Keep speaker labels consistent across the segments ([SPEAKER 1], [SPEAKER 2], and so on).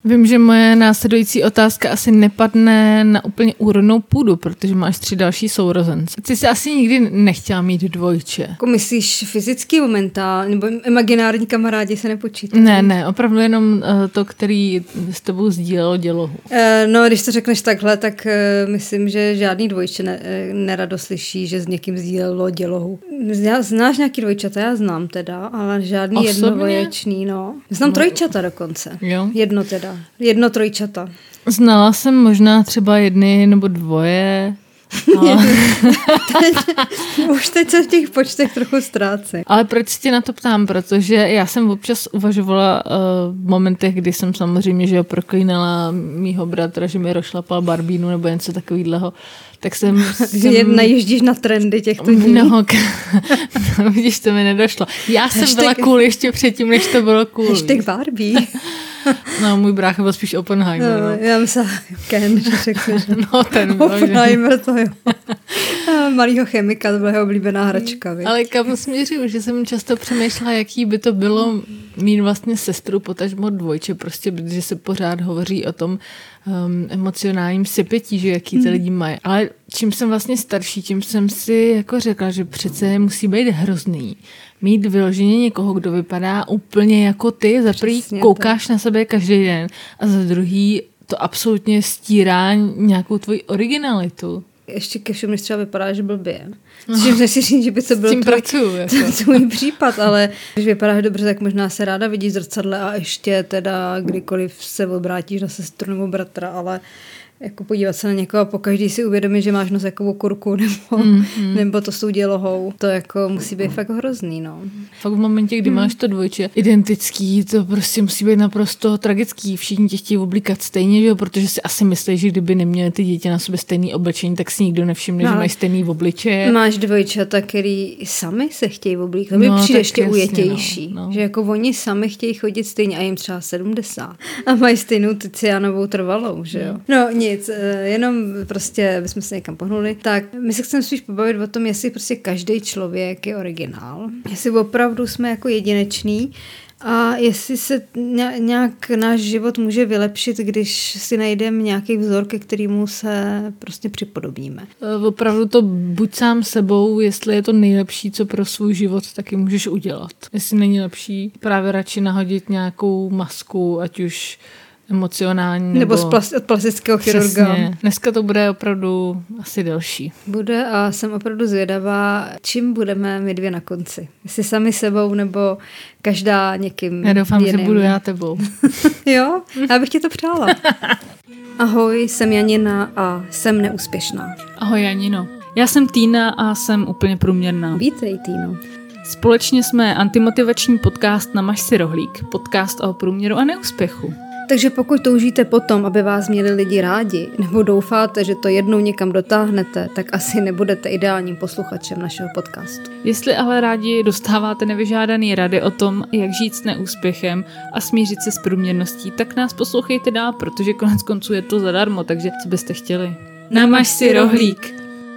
[SPEAKER 1] Vím, že moje následující otázka asi nepadne na úplně úrodnou půdu, protože máš 3 další sourozence. Ty jsi asi nikdy nechtěla mít dvojče.
[SPEAKER 2] Jako myslíš fyzický momentál, nebo imaginární kamarádi se nepočítají?
[SPEAKER 1] Ne, opravdu jenom to, který s tebou sdílelo dělohu.
[SPEAKER 2] No, když to řekneš takhle, tak myslím, že žádný dvojče nerado slyší, že s někým sdílelo dělohu. Znáš nějaký dvojčata? Já znám teda, ale žádný jednovoječný, no. Znám trojčata dokonce.
[SPEAKER 1] Jo?
[SPEAKER 2] Jedno teda. Jedno trojčata.
[SPEAKER 1] Znala jsem možná třeba 1 nebo 2. Ale...
[SPEAKER 2] Už teď se v těch počtech trochu ztrácí.
[SPEAKER 1] Ale proč se tě na to ptám? Protože já jsem občas uvažovala v momentech, kdy jsem samozřejmě že proklínala mýho bratra, že mi rošlapal barbínu nebo něco takového. Tak jsem
[SPEAKER 2] najíždíš na trendy těchto dní.
[SPEAKER 1] No, vidíš, to mi nedošlo. Já jsem byla cool ještě předtím, než to bylo cool.
[SPEAKER 2] Hashtag Barbie.
[SPEAKER 1] No, můj brácha byl spíš Oppenheimer.
[SPEAKER 2] No, já myslím, Ken, že řekneš.
[SPEAKER 1] No, ten
[SPEAKER 2] Oppenheimer, to jo. Malýho chemika, to byla jeho oblíbená hračka.
[SPEAKER 1] Ale kam směřuju, že jsem často přemýšlela, jaký by to bylo mít vlastně sestru, potažmo dvojče, prostě, protože se pořád hovoří o tom emocionálním sypětí, že jaký ty lidi mají. Ale čím jsem vlastně starší, tím jsem si jako řekla, že přece musí být hrozný. Mít vyloženě někoho, kdo vypadá úplně jako ty, za prvý koukáš na sebe každý den a za druhý to absolutně stírá nějakou tvoji originalitu.
[SPEAKER 2] Ještě ke všemu, třeba vypadá, že blbě. Což nechci říct, že by to byl tvůj případ, ale když vypadáš dobře, tak možná se ráda vidíš v zrcadle a ještě teda kdykoliv se obrátíš na sestru nebo bratra, ale jako podívat se na někoho a pokaždý si uvědomit, že máš nos jako okurku nebo to s tou dělohou. To jako musí být fakt hrozný, no.
[SPEAKER 1] Fakt v momentě, kdy máš to dvojče identický, to prostě musí být naprosto tragický. Všichni tě chtějí oblíkat stejně, že jo? Protože si asi myslíš, že kdyby neměli ty děti na sobě stejný oblečení, tak si nikdo nevšimne, že mají stejný obličeje.
[SPEAKER 2] Máš dvojčata, který sami se chtějí oblíkat. To mi přijde ještě ujetější. No. Že jako oni sami chtějí chodit stejně a jim třeba 70. A mají stejnou Tizianovou trvalou, že jo? No nic, jenom prostě bychom se někam pohnuli. Tak my se chceme spíš pobavit o tom, jestli prostě každý člověk je originál. Jestli opravdu jsme jako jedinečný a jestli se nějak náš život může vylepšit, když si najdeme nějaký vzor, ke kterému se prostě připodobníme.
[SPEAKER 1] Opravdu to buď sám sebou, jestli je to nejlepší, co pro svůj život taky můžeš udělat. Jestli není lepší právě radši nahodit nějakou masku, ať už emocionální.
[SPEAKER 2] Nebo od plastického chirurga.
[SPEAKER 1] Přesně. Dneska to bude opravdu asi delší.
[SPEAKER 2] Bude a jsem opravdu zvědavá, čím budeme my dvě na konci. Jestli sami sebou, nebo každá někým
[SPEAKER 1] Já doufám,
[SPEAKER 2] jiným.
[SPEAKER 1] že budu já tebou.
[SPEAKER 2] Jo, já bych ti to přála. Ahoj, jsem Janina a jsem neúspěšná.
[SPEAKER 1] Ahoj Janino. Já jsem Týna a jsem úplně průměrná.
[SPEAKER 2] Vítej, Týno.
[SPEAKER 1] Společně jsme antimotivační podcast Namaž si rohlík, podcast o průměru a neúspěchu.
[SPEAKER 2] Takže pokud toužíte potom, aby vás měli lidi rádi, nebo doufáte, že to jednou někam dotáhnete, tak asi nebudete ideálním posluchačem našeho podcastu.
[SPEAKER 1] Jestli ale rádi dostáváte nevyžádané rady o tom, jak žít s neúspěchem a smířit se s průměrností, tak nás poslouchejte dál, protože konec konců je to zadarmo, takže co byste chtěli? Namaž si rohlík.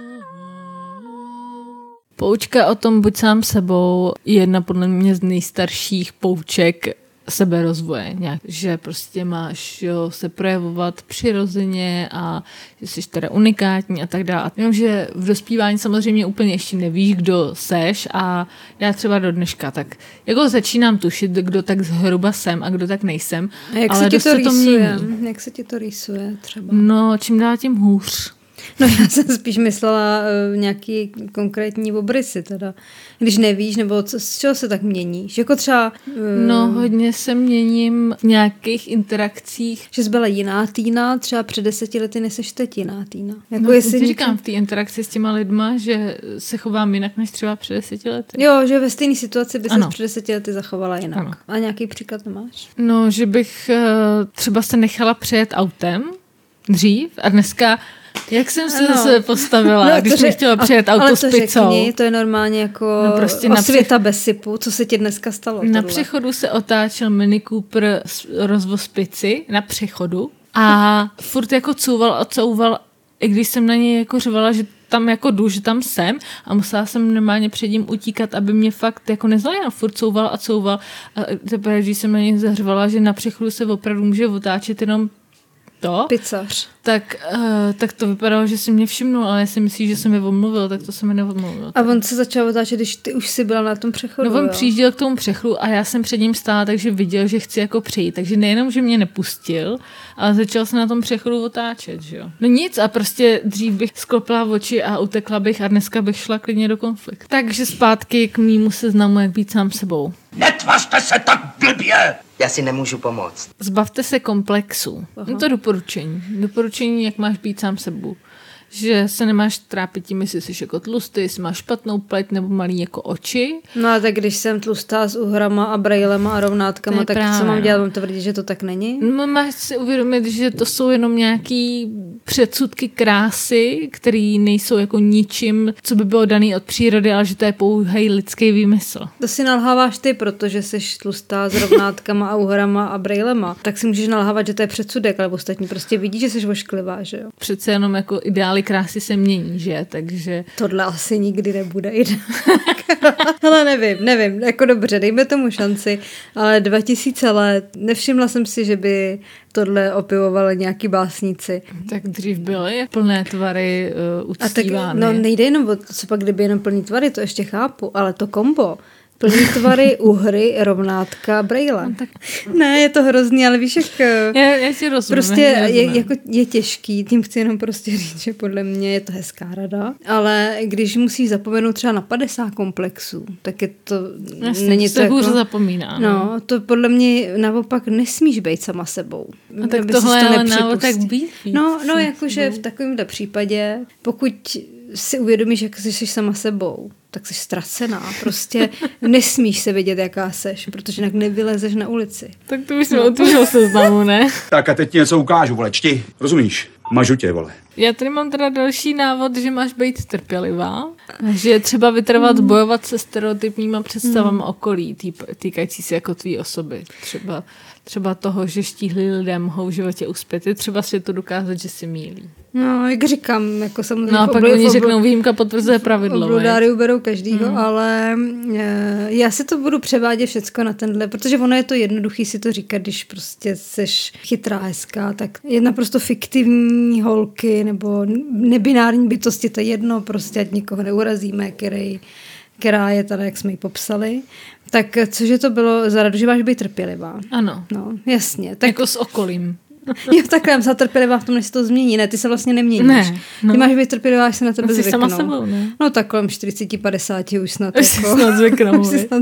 [SPEAKER 1] Poučka o tom buď sám sebou je jedna podle mě z nejstarších pouček seberozvoje, nějak, že prostě máš se projevovat přirozeně a že jsi teda unikátní a tak dále. Jenom, že v dospívání samozřejmě úplně ještě nevíš, kdo seš a já třeba do dneška tak jako začínám tušit, kdo tak zhruba jsem a kdo tak nejsem.
[SPEAKER 2] A jak
[SPEAKER 1] ale
[SPEAKER 2] se ti to rýsuje?
[SPEAKER 1] mění.
[SPEAKER 2] Jak se ti to rýsuje třeba?
[SPEAKER 1] No, čím dál tím hůř.
[SPEAKER 2] No já jsem spíš myslela nějaký konkrétní obrysy teda. Když nevíš, nebo z čeho se tak měníš? Jako třeba...
[SPEAKER 1] No hodně se měním v nějakých interakcích.
[SPEAKER 2] Že jsi byla jiná Týna, třeba před 10 lety neseš teď jiná Týna. Jako
[SPEAKER 1] no, jestli říkám v té interakci s těma lidma, že se chovám jinak než třeba před 10 lety.
[SPEAKER 2] Jo, že ve stejné situaci by se před 10 lety zachovala jinak. Ano. A nějaký příklad máš?
[SPEAKER 1] No, že bych třeba se nechala přejet autem dřív a dneska... Jak jsem se zase postavila, když jsem chtěla přijet auto s pizzou. Ale to
[SPEAKER 2] řekni, to je normálně jako prostě osvěta bez sypu. Co se ti dneska stalo?
[SPEAKER 1] Na přechodu se otáčel Mini Cooper rozvoz pici na přechodu a furt jako couval a couval, i když jsem na něj jako řvala, že tam jako jdu, že tam jsem a musela jsem normálně před ním utíkat, aby mě fakt jako nezvalil, furt couval a couval. A teprve, když jsem na něj zařvala, že na přechodu se opravdu může otáčet jenom to,
[SPEAKER 2] pizzař.
[SPEAKER 1] Tak to vypadalo, že si mě všimnul, ale já si myslím, že jsem je omluvil, tak to se mi neomluvil.
[SPEAKER 2] A on se začal otáčet, když ty už si byla na tom přechodu.
[SPEAKER 1] No on přijížděl k tomu přechodu a já jsem před ním stála, takže viděl, že chci jako přejít. Takže nejenom, že mě nepustil, ale začal se na tom přechodu otáčet, že jo. No nic a prostě dřív bych sklopila oči a utekla bych a dneska bych šla klidně do konfliktu. Takže zpátky k mýmu seznamu, jak být sám sebou.
[SPEAKER 3] Netvařte se tak blbě! Já si nemůžu pomoct.
[SPEAKER 1] Zbavte se komplexů. No to doporučení. Doporučení, jak máš být sám sebou. Že se nemáš trápit tím, jestli jsi jako tlustý, jestli máš špatnou pleť nebo malý jako oči.
[SPEAKER 2] No a tak když jsem tlustá s uhrama a brejlema a rovnátkama, tak právě, co mám dělat? Mám tvrdit, že to tak není?
[SPEAKER 1] No, máš si uvědomit, že to jsou jenom nějaký předsudky krásy, které nejsou jako ničím, co by bylo daný od přírody, ale že to je pouhej lidský výmysl.
[SPEAKER 2] To si nalháváš ty, protože jsi tlustá s rovnátkama a uhrama a brejlema. Tak si můžeš nalhávat, že to je předsudek, ale ostatní prostě vidí, že jsi ošklivá, že jo?
[SPEAKER 1] Přece jenom jako ideály krásy se mění, že? Takže...
[SPEAKER 2] Tohle asi nikdy nebude ideál. Ale nevím, jako dobře, dejme tomu šanci, ale 2000 let, nevšimla jsem si, že by tohle opěvovali nějaký básníci.
[SPEAKER 1] Tak dřív byly plné tvary uctívány.
[SPEAKER 2] No nejde jenom o to, co pak kdyby jenom plný tvary, to ještě chápu, ale to kombo. Plný tvary, uhry, rovnátka, brejle.
[SPEAKER 1] No, tak...
[SPEAKER 2] Ne, je to hrozný, ale víš, jak...
[SPEAKER 1] Já si rozumím.
[SPEAKER 2] Prostě je těžký, tím chci jenom prostě říct, že podle mě je to hezká rada, ale když musíš zapomenout třeba na 50 komplexů, tak je to...
[SPEAKER 1] Jasně,
[SPEAKER 2] není
[SPEAKER 1] to
[SPEAKER 2] jako,
[SPEAKER 1] hůř zapomíná.
[SPEAKER 2] No, to podle mě naopak nesmíš být sama sebou.
[SPEAKER 1] A tak tohle je ale návod tak být.
[SPEAKER 2] No, jakože v takovémhle případě, pokud si uvědomíš, jak jsi sama sebou, tak jsi ztracená. Prostě nesmíš se vědět, jaká seš, protože jinak nevylezeš na ulici.
[SPEAKER 1] Tak to už jsme o tvýho seznamu, ne?
[SPEAKER 3] Tak a teď ti něco ukážu, vole, čti. Rozumíš? Mažu tě, vole.
[SPEAKER 1] Já tady mám teda další návod, že máš být trpělivá, že je třeba vytrvat bojovat se stereotypníma představami okolí, týkající se jako tvý osoby. Třeba toho, že štíhlí lidé mohou v životě uspět. Je třeba světu dokázat, že si mýlí.
[SPEAKER 2] No, jak říkám, jako samozřejmě...
[SPEAKER 1] No a pak oni řeknou, výjimka potvrzuje pravidlo.
[SPEAKER 2] Bludáriu berou každýho, ale já si to budu převádět všecko na tenhle, protože ono je to jednoduchý si to říkat, když prostě seš chytrá, hezká, tak je naprosto fiktivní holky nebo nebinární bytosti, to je jedno, prostě ať nikoho neurazíme, která je tady, jak jsme ji popsali. Tak cože to bylo za radu, že máš být trpělivá?
[SPEAKER 1] Ano.
[SPEAKER 2] No, jasně. Tak...
[SPEAKER 1] Jako s okolím.
[SPEAKER 2] Jo, takhle já jsem trpělivá v tom, než se to změní. Ne, ty se vlastně neměníš.
[SPEAKER 1] Ne, no.
[SPEAKER 2] Ty máš být trpělivá, až se na tebe zvyknou.
[SPEAKER 1] Sama sebou, ne?
[SPEAKER 2] No tak kolem 40-50 už snad.
[SPEAKER 1] Snad zvyknou.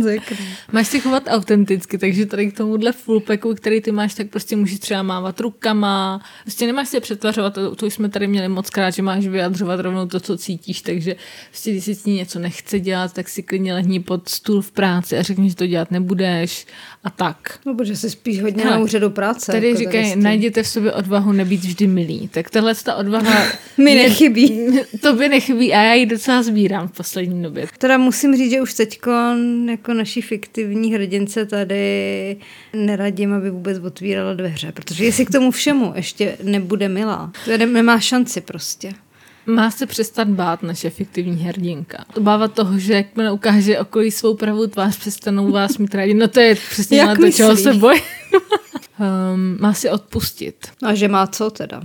[SPEAKER 2] Máš
[SPEAKER 1] si chovat autenticky, takže tady k tomuhle fullpacku, který ty máš, tak prostě můžeš třeba mávat rukama. Prostě nemáš se přetvařovat, to už jsme tady měli moc krát, že máš vyjadřovat rovnou to, co cítíš, takže prostě, když si něco nechce dělat, tak si klidně lehni pod stůl v práci a řekni, že to dělat nebudeš a tak.
[SPEAKER 2] No, protože jsi spíš hodně na úřadu práce.
[SPEAKER 1] Tady jako říkají, najděte v sobě odvahu nebýt vždy milý. Tak tahle ta odvaha
[SPEAKER 2] mi nechybí.
[SPEAKER 1] To by nechybí a já ji docela sbírám v poslední době.
[SPEAKER 2] Teda musím říct, že už teďko jako naší fiktivní hrdince tady neradím, aby vůbec otvírala dveře, protože jestli k tomu všemu ještě nebude milá, to nemá šanci prostě.
[SPEAKER 1] Má se přestat bát naše fiktivní hrdinka. Obávat toho, že jakmile ukáže okolí svou pravou tvář, přestanou vás mít rádi. No to je přesně na to, čeho se bojí. Má si odpustit.
[SPEAKER 2] A že má co teda?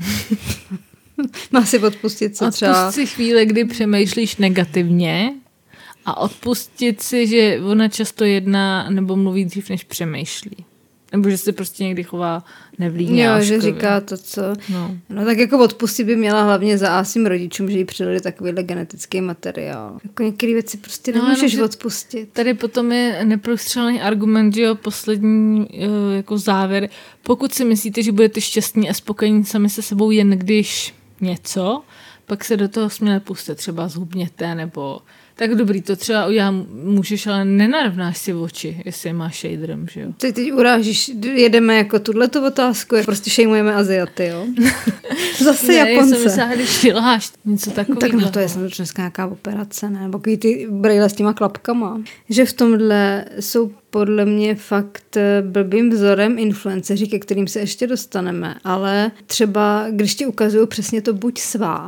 [SPEAKER 2] Má si odpustit co třeba?
[SPEAKER 1] Odpust si chvíli, kdy přemýšlíš negativně a odpustit si, že ona často jedná nebo mluví dřív, než přemýšlí. Nebo že se prostě někdy chová nevlídně.
[SPEAKER 2] Jo, že říká to, co... No tak jako odpustit by měla hlavně za svým rodičům, že jí předali takovýhle genetický materiál. Jako některé věci prostě nemůžeš odpustit.
[SPEAKER 1] Tady potom je neprostřelný argument, že jo, poslední jako závěr. Pokud si myslíte, že budete šťastní a spokojení sami se sebou jen když něco, pak se do toho směle pustit, třeba zhubněte nebo... Tak dobrý, to třeba udělat můžeš, ale nenarovnáš si oči, jestli máš shaderem, že jo?
[SPEAKER 2] Teď urážíš, jedeme jako tuhletu otázku, prostě šejmujeme Aziaty, jo? Zase Japonce.
[SPEAKER 1] Já jsem myslela, když děláš něco takového.
[SPEAKER 2] Tak no to je samozřejmě dneska nějaká operace, ne? Nebo ty brejle s těma klapkama. Že v tomhle jsou podle mě fakt blbým vzorem influenceři, ke kterým se ještě dostaneme, ale třeba když ti ukazují přesně to buď svá,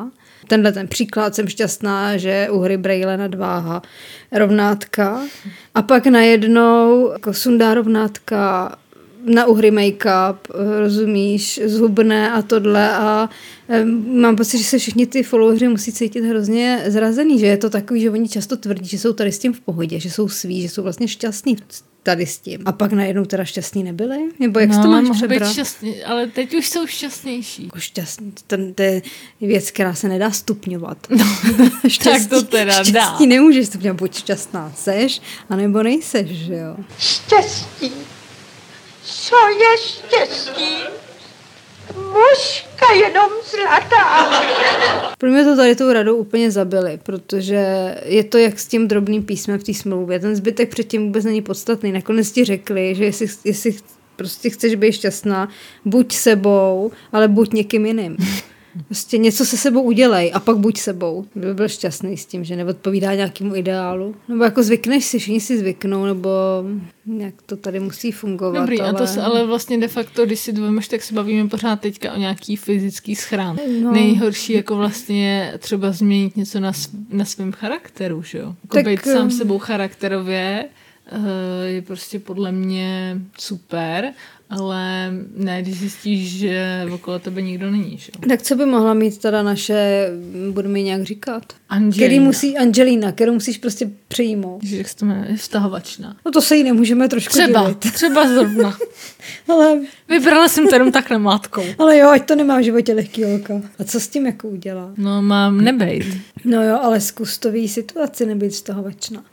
[SPEAKER 2] tenhle ten příklad, jsem šťastná, že u hry Braille nadváha rovnátka a pak najednou jako sundá rovnátka na uhry make-up, rozumíš, zhubné a tohle a mám pocit, že se všichni ty followeri musí cítit hrozně zrazený, že je to takový, že oni často tvrdí, že jsou tady s tím v pohodě, že jsou sví, že jsou vlastně šťastní tady s tím. A pak najednou teda šťastní nebyli? Nebo jak to máš přebrat?
[SPEAKER 1] Být šťastný, ale teď už jsou šťastnější.
[SPEAKER 2] Jako šťastný, to je věc, která se nedá stupňovat.
[SPEAKER 1] No, tak to teda dá.
[SPEAKER 2] Štěstí nemůžeš stupňovat, buď šťastná seš, anebo nejseš, že jo?
[SPEAKER 4] Štěstí. Co je štěstí? Mužka jenom zlatá.
[SPEAKER 2] Pro mě to tady tou radou úplně zabili, protože je to jak s tím drobným písmem v té smlouvě. Ten zbytek předtím vůbec není podstatný. Nakonec ti řekli, že jestli prostě chceš být šťastná, buď sebou, ale buď někým jiným. Prostě něco se sebou udělej a pak buď sebou. By byl šťastný s tím, že neodpovídá nějakému ideálu. Nebo jako zvykneš si, všichni si zvyknou, nebo jak to tady musí fungovat.
[SPEAKER 1] Dobrý, ale vlastně de facto, když si dvojmeš, tak se bavíme pořád teďka o nějaký fyzický schrán. No. Nejhorší jako vlastně třeba změnit něco na svém charakteru, že jo? Jako být sám sebou charakterově je prostě podle mě super, ale ne, když zjistíš, že okolo tebe nikdo není. Že?
[SPEAKER 2] Tak co by mohla mít teda naše, budeme ji nějak říkat?
[SPEAKER 1] Angelina.
[SPEAKER 2] Kterou musíš prostě přijmout.
[SPEAKER 1] Jak se to jmenuje? Vztahovačná.
[SPEAKER 2] No to se jí nemůžeme trošku divit.
[SPEAKER 1] Třeba zrovna.
[SPEAKER 2] Ale
[SPEAKER 1] vybrala jsem to jenom tak namátkou.
[SPEAKER 2] Ale jo, ať to nemá v životě lehký holka. A co s tím jako udělá?
[SPEAKER 1] No mám nebejt.
[SPEAKER 2] No jo, ale zkus to v její situaci nebejt vztahovačná.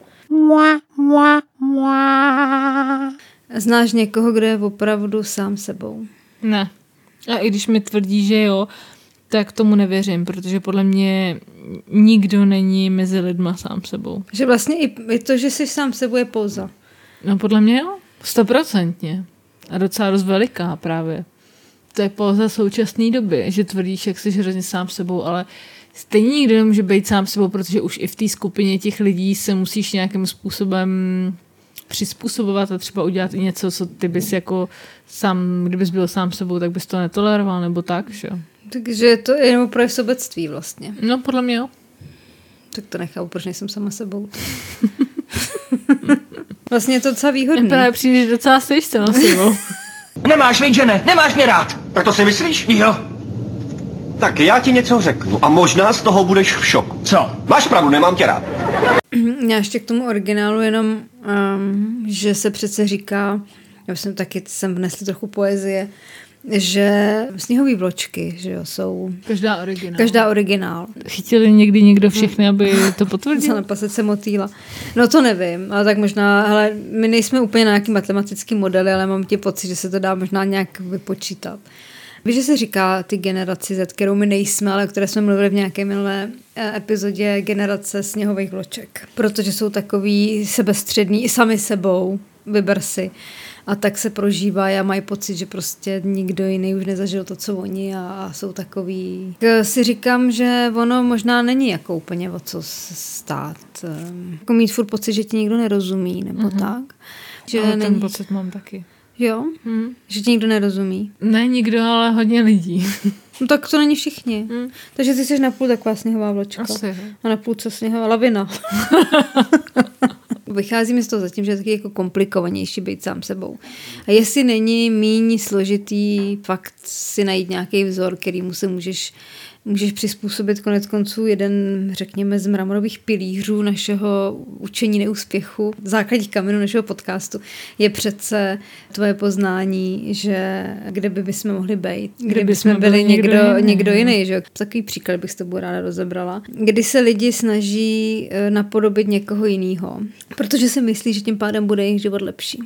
[SPEAKER 2] Znáš někoho, kdo je opravdu sám sebou?
[SPEAKER 1] Ne. A i když mi tvrdí, že jo, tak tomu nevěřím, protože podle mě nikdo není mezi lidma sám sebou.
[SPEAKER 2] Že vlastně i to, že jsi sám sebou, je pouza.
[SPEAKER 1] No podle mě jo, 100%. A docela dost veliká právě. To je pouza současné doby, že tvrdíš, jak jsi hrozně sám sebou, ale stejně nikdo nemůže být sám sebou, protože už i v té skupině těch lidí se musíš nějakým způsobem přizpůsobovat a třeba udělat i něco, co ty bys jako sám, kdybys byl sám sebou, tak bys to netoleroval, nebo tak, že?
[SPEAKER 2] Takže to je jenom projev sobectví vlastně.
[SPEAKER 1] No, podle mě jo.
[SPEAKER 2] Tak to nechápu, proč nejsem sama sebou. Vlastně je to docela výhodný.
[SPEAKER 1] Právě přijdeš docela seš sama sebou.
[SPEAKER 3] Nemáš, víc, že ne? Nemáš mě rád.
[SPEAKER 5] Tak to si myslíš?
[SPEAKER 3] Jo.
[SPEAKER 5] Tak já ti něco řeknu a možná z toho budeš v šoku.
[SPEAKER 3] Co?
[SPEAKER 5] Máš pravdu, nemám tě rád.
[SPEAKER 2] Já ještě k tomu originálu jenom, že se přece říká, já jsem taky vnesl trochu poezie, že sněhový vločky, že jo, jsou... Každá originál.
[SPEAKER 1] Chytili někdy někdo všechny, aby to potvrdil?
[SPEAKER 2] Na pasece motýla. No to nevím, ale tak možná, hele, my nejsme úplně na nějaký matematický modely, ale mám pocit, že se to dá možná nějak vypočítat. Víš, že se říká ty generaci Z, kterou my nejsme, ale o které jsme mluvili v nějaké minulé epizodě, generace sněhových vloček. Protože jsou takový sebestřední i sami sebou, vyber si. A tak se prožívají a mají pocit, že prostě nikdo jiný už nezažil to, co oni a jsou takový. Si říkám, že ono možná není jako úplně o co stát. Jako mít furt pocit, že ti nikdo nerozumí, nebo tak. Že
[SPEAKER 1] ale ten pocit mám taky.
[SPEAKER 2] Jo? Že ti nikdo nerozumí?
[SPEAKER 1] Ne nikdo, ale hodně lidí.
[SPEAKER 2] No tak to není všichni. Takže ty jsi napůl taková sněhová vločka.
[SPEAKER 1] Asi.
[SPEAKER 2] A napůl co sněhová lavina. Vycházíme z toho zatím, že je taky jako komplikovanější být sám sebou. A jestli není míň složitý fakt si najít nějaký vzor, kterýmu se můžeš přizpůsobit, konec konců jeden, řekněme, z mramorových pilířů našeho učení neúspěchu, základních kamenů našeho podcastu, je přece tvoje poznání, že kde by jsme mohli být, kdyby jsme byli někdo jiný. Že? Takový příklad bych s tebou ráda rozebrala. Kdy se lidi snaží napodobit někoho jiného, protože si myslí, že tím pádem bude jejich život lepší.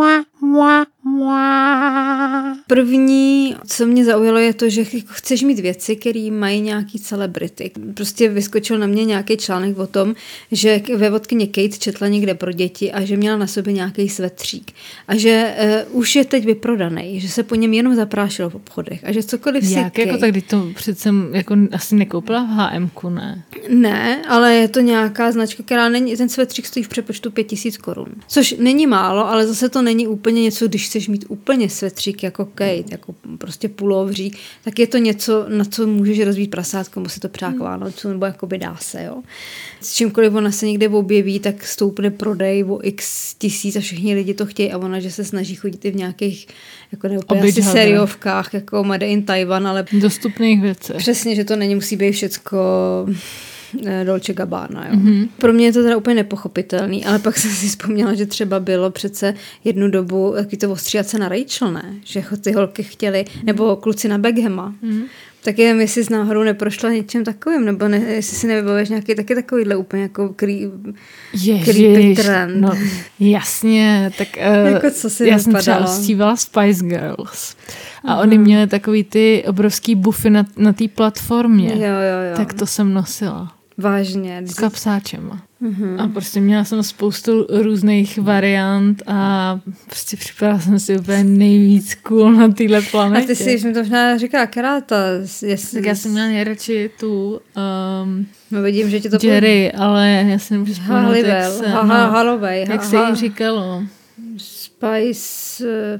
[SPEAKER 2] První, co mě zaujalo, je to, že chceš mít věci, které mají nějaký celebrity. Prostě vyskočil na mě nějaký článek o tom, že vévodkyně Kate četla někde pro děti a že měla na sobě nějaký svetřík. A že už je teď vyprodaný, že se po něm jenom zaprášilo v obchodech. A že cokoliv si
[SPEAKER 1] jako tak, když to přece jako asi nekoupila v H&M-ku, ne?
[SPEAKER 2] Ne, ale je to nějaká značka, která není, ten svetřík stojí v přepočtu 5,000 korun. Což není málo, ale zase to není úplně něco, když chceš mít úplně svetřík jako Kate, jako prostě pulovřík, tak je to něco, na co můžeš rozvíjet zavřít prasátko, musí to přát k Vánocům, nebo jakoby dá se, jo. S čímkoliv ona se někde objeví, tak stoupne prodej o x tisíc a všichni lidi to chtějí a ona, že se snaží chodit i v nějakých jako neúplně asi sériovkách, jako Made in Taiwan, ale
[SPEAKER 1] dostupných věcech.
[SPEAKER 2] Přesně, že to musí být všecko Dolce Gabbana, jo. Mm-hmm. Pro mě je to teda úplně nepochopitelný, ale pak jsem si vzpomněla, že třeba bylo přece jednu dobu taky to ostříhat na Rachel, ne? Že ty holky chtěly, nebo kluci na Beckhama. Mm-hmm. Tak jen jestli s náhodou neprošla něčem takovým, nebo ne, jestli si nevybavíš nějaký taky takovýhle úplně jako creepy trend.
[SPEAKER 1] No, jasně, tak
[SPEAKER 2] jako co si
[SPEAKER 1] já jsem třeba ustívala Spice Girls a oni měli takový ty obrovský bufy na té platformě.
[SPEAKER 2] Jo.
[SPEAKER 1] Tak to jsem nosila.
[SPEAKER 2] Vážně.
[SPEAKER 1] S kapsáčema. Mm-hmm. A prostě měla jsem spoustu různých variant a prostě připadala jsem si úplně nejvíc cool na téhle planetě.
[SPEAKER 2] A ty jsi mi to možná říkala, která ta?
[SPEAKER 1] Tak já jsem měla nejradši tu
[SPEAKER 2] no vidím, že ti to
[SPEAKER 1] Jerry, ale já si nemůžu vzpomenout, jak se jí říkalo.
[SPEAKER 2] Spice...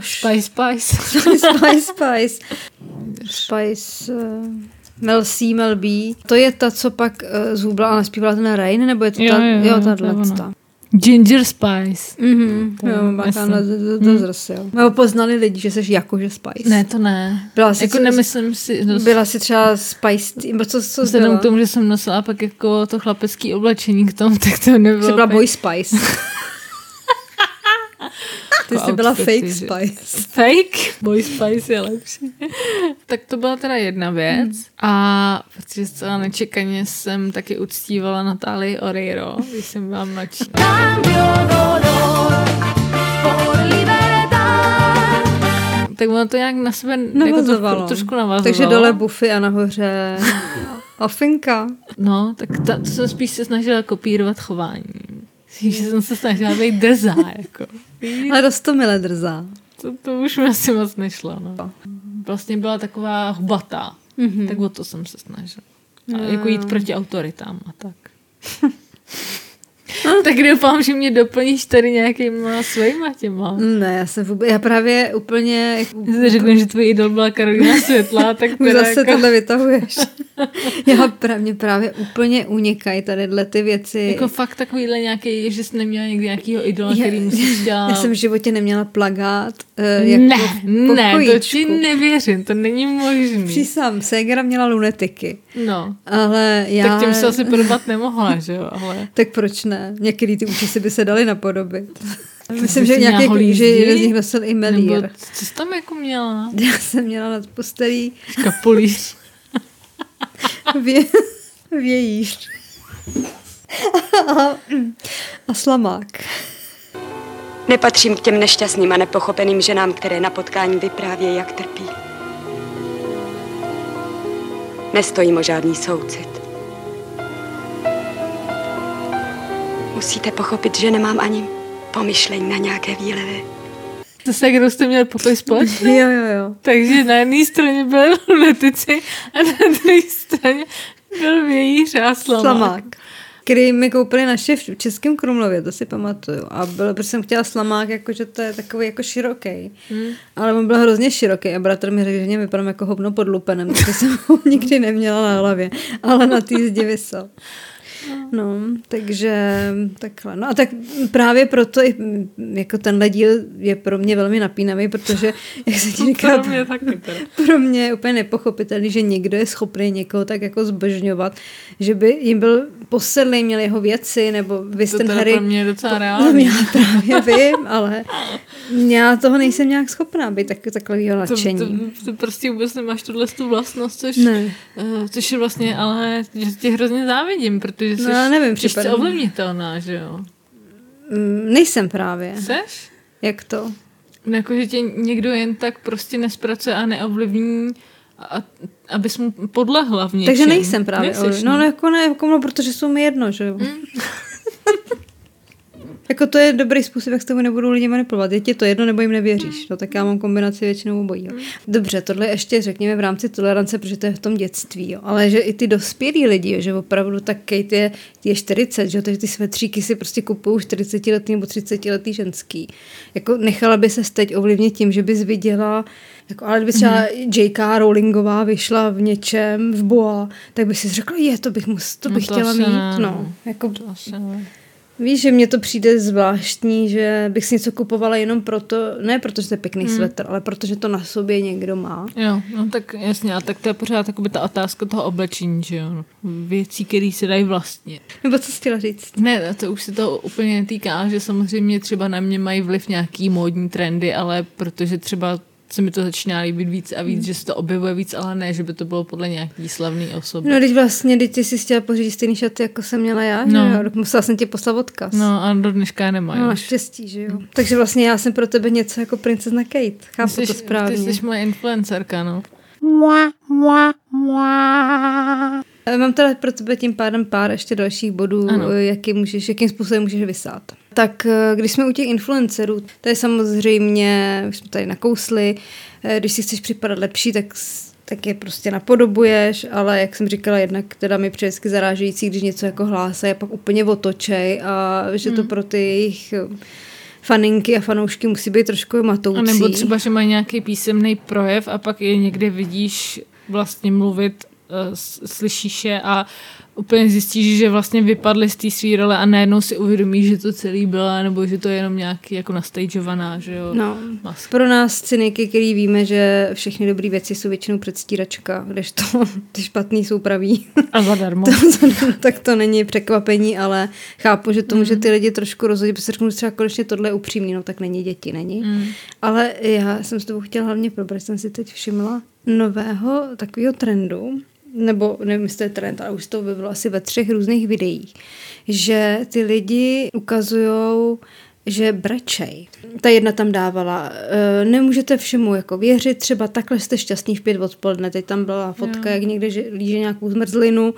[SPEAKER 2] Mel C, Mel B. To je ta, co pak zhubla a naspívala ten Rain, nebo je to ta? Jo, tato.
[SPEAKER 1] Ginger Spice.
[SPEAKER 2] To zase, jo. Nebo poznali lidi, že jsi jakože Spice.
[SPEAKER 1] Ne, to ne. Nemyslím si.
[SPEAKER 2] Byla si třeba Spice, nebo co
[SPEAKER 1] vzhledem k tomu, že jsem nosila pak jako to chlapecký oblečení k tomu, tak to nebylo.
[SPEAKER 2] Jsi byla Boy Spice. Ty jsi byla fake Spice.
[SPEAKER 1] Fake? Boy Spice je lepší. Tak to byla teda jedna věc. A protože zcela nečekaně jsem taky uctívala Natálii Oreiro, když jsem byla mladší. Tak ono to nějak na sebe jako trošku navazovalo. Takže
[SPEAKER 2] dole bufy a nahoře ofinka.
[SPEAKER 1] No, tak to jsem spíš se snažila kopírovat chování. Že jsem se snažila být drzá, jako.
[SPEAKER 2] Ale dost to milé drzá.
[SPEAKER 1] To už mi asi moc nešlo, no. Vlastně byla taková hubatá. Mm-hmm. Tak o to jsem se snažila. A jako jít proti autoritám a tak. Tak doufám, že mě doplníš tady nějakýma svýma těma.
[SPEAKER 2] Ne, já právě úplně...
[SPEAKER 1] Řeknu, že tvůj idol byla Karolina Světlá, tak
[SPEAKER 2] teda zase jako... tohle vytahuješ. Mě právě úplně unikají tadyhle ty věci.
[SPEAKER 1] Jako fakt takovýhle nějaký, že jsi neměla někdy nějakýho idola, který musíš dělat.
[SPEAKER 2] Já jsem v životě neměla plagát.
[SPEAKER 1] Ne, to ti nevěřím, to není možný.
[SPEAKER 2] Přísám, ségra měla lunetiky.
[SPEAKER 1] No.
[SPEAKER 2] Ale já...
[SPEAKER 1] Tak tím se asi podobat nemohla, že jo? Ale...
[SPEAKER 2] Tak proč ne? Některý ty účesy by se daly napodobit. Myslím, že jeden z nich nosil i melír.
[SPEAKER 1] Nebo co jsi tam jako měla?
[SPEAKER 2] Já jsem měla nad postelí
[SPEAKER 1] škapulíř.
[SPEAKER 2] Vějíř. A slamák.
[SPEAKER 6] Nepatřím k těm nešťastným a nepochopeným ženám, které na potkání vyprávějí, jak trpí. Nestojím o žádný soucit. Musíte pochopit, že nemám ani pomyšlení na nějaké výlevy.
[SPEAKER 1] To se, kdo jste měli pokoj společný?
[SPEAKER 2] Jo.
[SPEAKER 1] Takže na jedné straně byly lunetici a na druhé straně byl vějíř a slamák.
[SPEAKER 2] Který mi koupili naši v Českém Krumlově, to si pamatuju. A protože jsem chtěla slamák, jakože to je takový jako široký. Ale on byl hrozně široký a bratr mi řekl, že mě vypadám jako hovno pod lupenem, takže jsem ho nikdy neměla na hlavě. Ale na té zdi visel. No, takže takhle. No a tak právě proto jako tenhle díl je pro mě velmi napínavý, protože, jak se ti říká, pro mě je úplně nepochopitelný, že někdo je schopný někoho tak jako zbožňovat, že by jim byl posedlý, měl jeho věci, nebo vy ten Harry...
[SPEAKER 1] To pro mě je docela reálný.
[SPEAKER 2] Já právě vím, ale já toho nejsem nějak schopná být takovýho nadšení.
[SPEAKER 1] To prostě vůbec nemáš tu vlastnost, což je vlastně, ale že tě hrozně závidím, protože jsi těžce ovlivnitelná, že jo?
[SPEAKER 2] Nejsem právě.
[SPEAKER 1] Jseš?
[SPEAKER 2] Jak to?
[SPEAKER 1] No jako, že tě někdo jen tak prostě nespracuje a neovlivní, abys mu podlehla v něčem.
[SPEAKER 2] Takže nejsem právě. No jako ne, protože jsou mi jedno, že jo? Jako to je dobrý způsob, jak s tebou nebudou lidi manipulovat. Je ti to jedno, nebo jim nevěříš. No, tak já mám kombinaci většinou obojí. Dobře, tohle ještě řekněme v rámci tolerance, protože to je v tom dětství. Jo. Ale že i ty dospělí lidi, jo, že opravdu tak Kate je 40, že jo, takže ty svetříky si prostě kupují 40letý nebo 30letý ženský. Jako nechala by se teď ovlivnit tím, že bys viděla, jako, ale kdyby třeba J.K. Rowlingová vyšla v něčem, v Boa, tak by si řekla, to bych chtěla mít. No, jako,
[SPEAKER 1] to asi ne.
[SPEAKER 2] Víš, že mně to přijde zvláštní, že bych si něco kupovala jenom proto, ne protože to je pěkný svetr, ale protože to na sobě někdo má.
[SPEAKER 1] Jo, no tak jasně, a tak to je pořád ta otázka toho oblečení, že jo, věcí, které se dají vlastně.
[SPEAKER 2] Nebo co jsi chtěla říct?
[SPEAKER 1] Ne, to už se to úplně netýká, že samozřejmě třeba na mě mají vliv nějaký módní trendy, ale protože třeba se mi to začíná líbit víc a víc, že se to objevuje víc, ale ne, že by to bylo podle nějaký slavný osoby.
[SPEAKER 2] No, teď vlastně, ty jsi chtěla pořídit stejný šaty, jako jsem měla já, že jo? Musela jsem ti poslat odkaz.
[SPEAKER 1] No a do dneška nemají.
[SPEAKER 2] No, štěstí, že jo? Takže vlastně já jsem pro tebe něco jako princezna Kate. Chápu to správně.
[SPEAKER 1] Ty jsi moje influencerka, no.
[SPEAKER 2] Mám teda pro tebe tím pádem pár ještě dalších bodů, jakým způsobem můžeš vysát. Tak když jsme u těch influencerů, to je samozřejmě, už jsme tady nakousli, když si chceš připadat lepší, tak je prostě napodobuješ, ale jak jsem říkala, jednak teda mi přesky zarážející, když něco jako hlásají a pak úplně otočej a že to pro ty jejich faninky a fanoušky musí být trošku matoucí.
[SPEAKER 1] A nebo třeba, že mají nějaký písemný projev a pak je někde vidíš vlastně mluvit, slyšíš je a úplně zjistíš, že vlastně vypadly z té svý role a najednou si uvědomíš, že to celý byla, nebo že to je jenom nějaký jako nastageovaná, že jo.
[SPEAKER 2] No, pro nás cyniky, který víme, že všechny dobré věci jsou většinou předstíračka, kdežto ty špatný jsou pravý.
[SPEAKER 1] A zadarmo.
[SPEAKER 2] Tak to není překvapení, ale chápu, že to může ty lidi trošku rozhodit, protože řeknu, třeba konečně tohle je upřímný, no tak není děti, není. Ale já jsem s tebou chtěla hlavně probrat, jsem si teď všimla nového takového trendu, nebo nevím, jestli to je trend, ale už to by bylo asi ve 3 různých videích, že ty lidi ukazujou, že brečej. Ta jedna tam dávala, nemůžete všemu jako věřit, třeba takhle jste šťastný v 5 odpoledne, teď tam byla fotka, jak někde líže nějakou zmrzlinu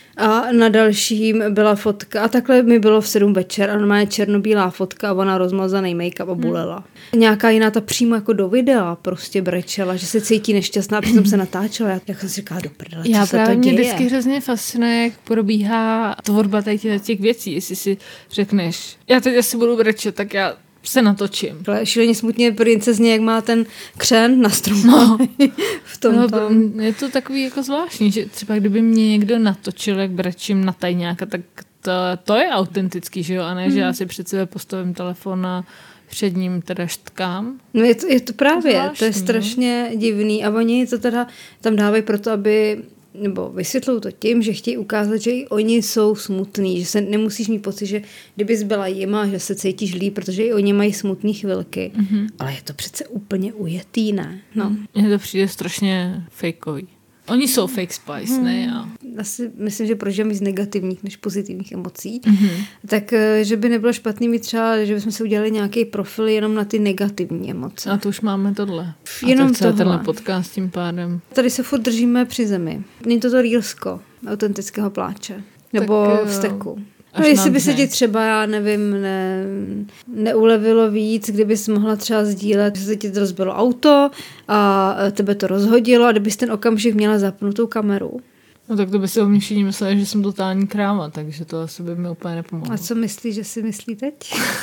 [SPEAKER 2] a na dalším byla fotka a takhle mi bylo v 7 večer a normálně černobílá fotka a ona rozmazaný make-up a bulela. Nějaká jiná ta přímo jako do videa prostě brečela, že se cítí nešťastná, přitom se natáčela. Jak jsem si říkala, do prdele, co se to děje? Já právě mě
[SPEAKER 1] vždycky hrozně fascinuje, jak probíhá tvorba těch věcí, jestli si řekneš, já teď asi budu brečet, tak já se natočím.
[SPEAKER 2] Šíleně smutně princezně, jak má ten křen na stromu. V tom tam.
[SPEAKER 1] Je to takový jako zvláštní, že třeba kdyby mě někdo natočil, jak brečím na tajňáka, tak to je autentický, že jo? A ne, že já si před sebe postavím telefon a před ním teda štkám.
[SPEAKER 2] No je to právě, zvláštní, to je strašně divný a oni to teda tam dávají proto, aby nebo vysvětlují to tím, že chtějí ukázat, že i oni jsou smutní, že se nemusíš mít pocit, že kdybys byla jima, že se cítíš líp, protože i oni mají smutné chvilky. Ale je to přece úplně ujetý, ne? No.
[SPEAKER 1] Mně to přijde strašně fakeový. Oni jsou fake spice, ne já.
[SPEAKER 2] Asi myslím, že prožijeme z negativních než pozitivních emocí. Tak, že by nebylo špatný mít třeba, že bychom si udělali nějaký profil jenom na ty negativní emoce.
[SPEAKER 1] A to už máme tohle.
[SPEAKER 2] Jenom
[SPEAKER 1] to tenhle podcast tím pádem.
[SPEAKER 2] Tady se furt držíme při zemi. Není to reelsko autentického pláče. Nebo vzteku. No, jestli by se ti třeba, já nevím, neulevilo víc, kdybys mohla třeba sdílet, že se ti to rozbilo auto a tebe to rozhodilo a kdybys ten okamžik měla zapnutou kameru.
[SPEAKER 1] No tak to by si o mě všichni mysleli, že jsem totální kráva, takže to asi by mi úplně nepomohlo.
[SPEAKER 2] A co myslíš, že si myslí teď?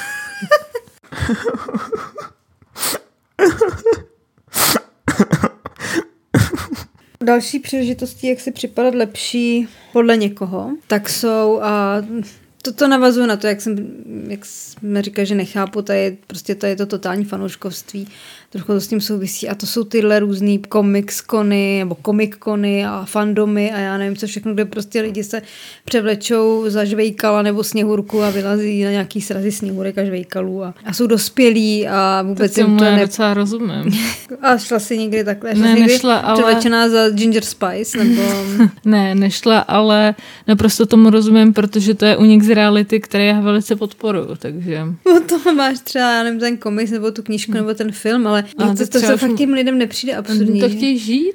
[SPEAKER 2] Další příležitosti, jak si připadat lepší podle někoho, tak jsou a to navazuje na to, jak jsme říkali, že nechápu, to je to totální fanouškovství, trochu to s tím souvisí a to jsou tyhle různý comic-kony nebo comic-kony a fandomy a já nevím co všechno, kde prostě lidi se převlečou za žvejkala nebo sněhurku a vylazí na nějaký srazy sněhurek a žvejkalů a jsou dospělí a vůbec jim to
[SPEAKER 1] docela rozumím.
[SPEAKER 2] A šla si někdy takhle?
[SPEAKER 1] Nešla, ale
[SPEAKER 2] převlečená za Ginger Spice? Nebo
[SPEAKER 1] Ne, nešla, ale naprosto tomu rozumím, protože to je unik z reality, který já velice podporuju, takže...
[SPEAKER 2] No to máš třeba, já nevím, ten komiks nebo tu knížku nebo ten film, ale to fakt těm lidem nepřijde absurdní.
[SPEAKER 1] To chtějí žít?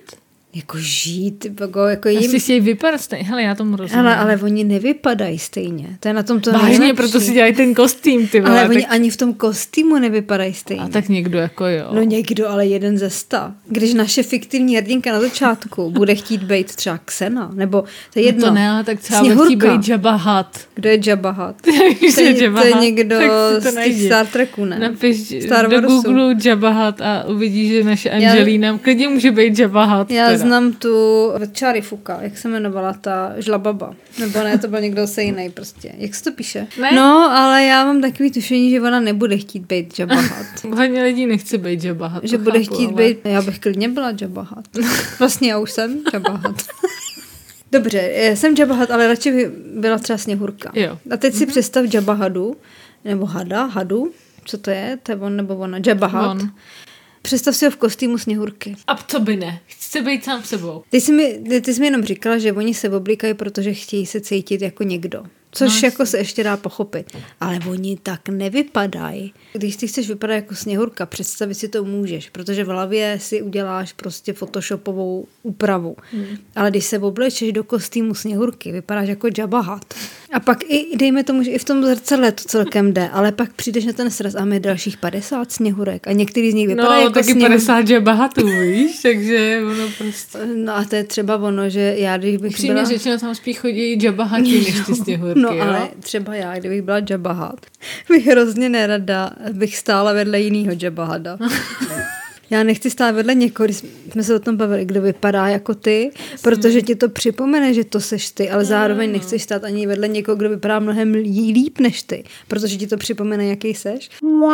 [SPEAKER 2] jako žít, jako jim...
[SPEAKER 1] Asi si jej vypadat stejně, hele, já tomu rozumím.
[SPEAKER 2] Ale oni nevypadají stejně, to je na tom to
[SPEAKER 1] vážně,
[SPEAKER 2] nejlepší.
[SPEAKER 1] proto si dělají ten kostým, ty vole.
[SPEAKER 2] Ale oni ani v tom kostýmu nevypadají stejně.
[SPEAKER 1] A tak někdo jako jo.
[SPEAKER 2] No někdo, ale 1 ze 100. Když naše fiktivní hrdinka na začátku bude chtít být třeba Xena, nebo to je jedno.
[SPEAKER 1] No to ne, ale tak třeba bude chtít být Jabba Hutt.
[SPEAKER 2] Kdo je Jabba Hutt?
[SPEAKER 1] To
[SPEAKER 2] je někdo z těch Star Treku, ne?
[SPEAKER 1] Napiš do Google Jabba Hutt a uvidíš, že naše Angelina klidně může být Jabba Hutt.
[SPEAKER 2] Já znám tu Charifuka, jak se jmenovala ta žlababa. Nebo ne, to byl někdo se jiný prostě. Jak se to píše?
[SPEAKER 1] Ne?
[SPEAKER 2] No, ale já mám takový tušení, že ona nebude chtít být Jabba Hutt.
[SPEAKER 1] Hodně lidí nechce být Jabba Hutt.
[SPEAKER 2] Že bude chtít být, já bych klidně byla Jabba Hutt. Vlastně já už jsem Jabba Hutt. Dobře, jsem Jabba Hutt, ale radši by byla třeba Sněhurka.
[SPEAKER 1] Jo.
[SPEAKER 2] A teď si představ Jabba Hadu, nebo Hadu, co to je? To je on nebo ona? Jabba Hutt. Představ si ho v kostýmu Sněhurky.
[SPEAKER 1] A co by ne? Chci být sám sebou.
[SPEAKER 2] Ty jsi mi jenom říkala, že oni se oblíkají, protože chtějí se cítit jako někdo. Což jako se ještě dá pochopit. Ale oni tak nevypadají. Když ty chceš vypadat jako Sněhurka, představit si to můžeš, protože v hlavě si uděláš prostě photoshopovou úpravu. Ale když se oblečeš do kostýmu Sněhurky, vypadáš jako Jabba Hutt. A pak i, dejme tomu, že i v tom zrcadle to celkem jde, ale pak přijdeš na ten sraz a máme dalších 50 Sněhurek a některý z nich vypadají jako
[SPEAKER 1] taky 50 Jabba Huttů, víš, takže ono prostě...
[SPEAKER 2] No a to je třeba ono, že já, když bych
[SPEAKER 1] upřímně
[SPEAKER 2] byla...
[SPEAKER 1] řečeno, tam spíš chodí Jabba Hutti než ty Sněhurky,
[SPEAKER 2] no, ale třeba já, kdybych byla Jabba Hutt, bych hrozně nerada, bych stála vedle jinýho Jabba Hutta. Já nechci stát vedle někoho, když jsme se o tom bavili, kdo vypadá jako ty, protože ti to připomene, že to seš ty, ale zároveň nechceš stát ani vedle někoho, kdo vypadá mnohem líp než ty, protože ti to připomene, jaký seš.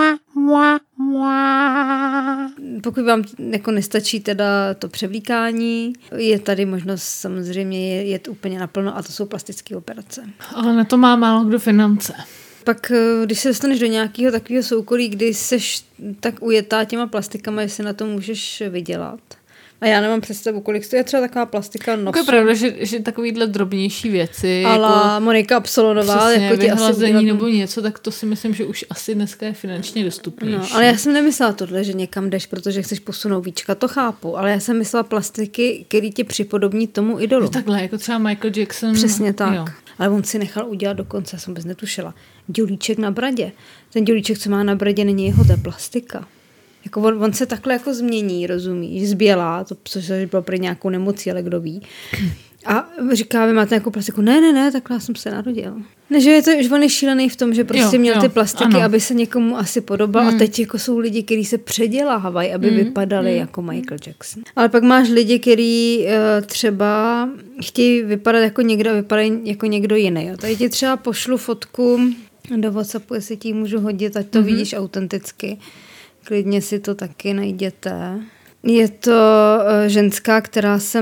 [SPEAKER 2] Pokud vám jako nestačí teda to převlíkání, je tady možnost samozřejmě jet úplně naplno a to jsou plastické operace.
[SPEAKER 1] Ale na to má málo kdo finance.
[SPEAKER 2] Pak, když se dostaneš do nějakého takového soukolí, kdy seš tak ujetá těma plastikama, že si na to můžeš vydělat. A já nemám představu, kolik stojí třeba taková plastika nosu.
[SPEAKER 1] Je pravda, že takovýhle drobnější věci,
[SPEAKER 2] ala
[SPEAKER 1] jako
[SPEAKER 2] Monika Absolonová, jako ti asi udělat...
[SPEAKER 1] nebo něco, tak to si myslím, že už asi dneska je finančně dostupnější.
[SPEAKER 2] No, ale já jsem nemyslela tohle, že někam jdeš, protože chceš posunout víčka, to chápu, ale já jsem myslela plastiky, který ti připodobní tomu idolu.
[SPEAKER 1] No takhle, jako třeba Michael Jackson.
[SPEAKER 2] Přesně tak.
[SPEAKER 1] Jo.
[SPEAKER 2] Ale on si nechal udělat dokonce, já jsem vůbec netušila, dělíček na bradě. Ten dělíček, co má na bradě, není jeho, to je plastika. Jako on se takhle jako změní, rozumíš, zbělá, to což bylo pro nějakou nemocí, ale kdo ví. A říká, vy máte nějakou plastiku. Ne, takhle jsem se narodil. Ne, že je to, že on je šílený v tom, že prostě měl ty plastiky, ano, aby se někomu asi podobal. A teď jako jsou lidi, kteří se předělávají, aby vypadali jako Michael Jackson. Ale pak máš lidi, kteří třeba chtějí vypadat jako někdo a vypadají jako někdo jiný. Jo. Tady ti třeba pošlu fotku do WhatsAppu, jestli ti můžu hodit, ať to vidíš autenticky. Klidně si to taky najděte. Je to ženská, která se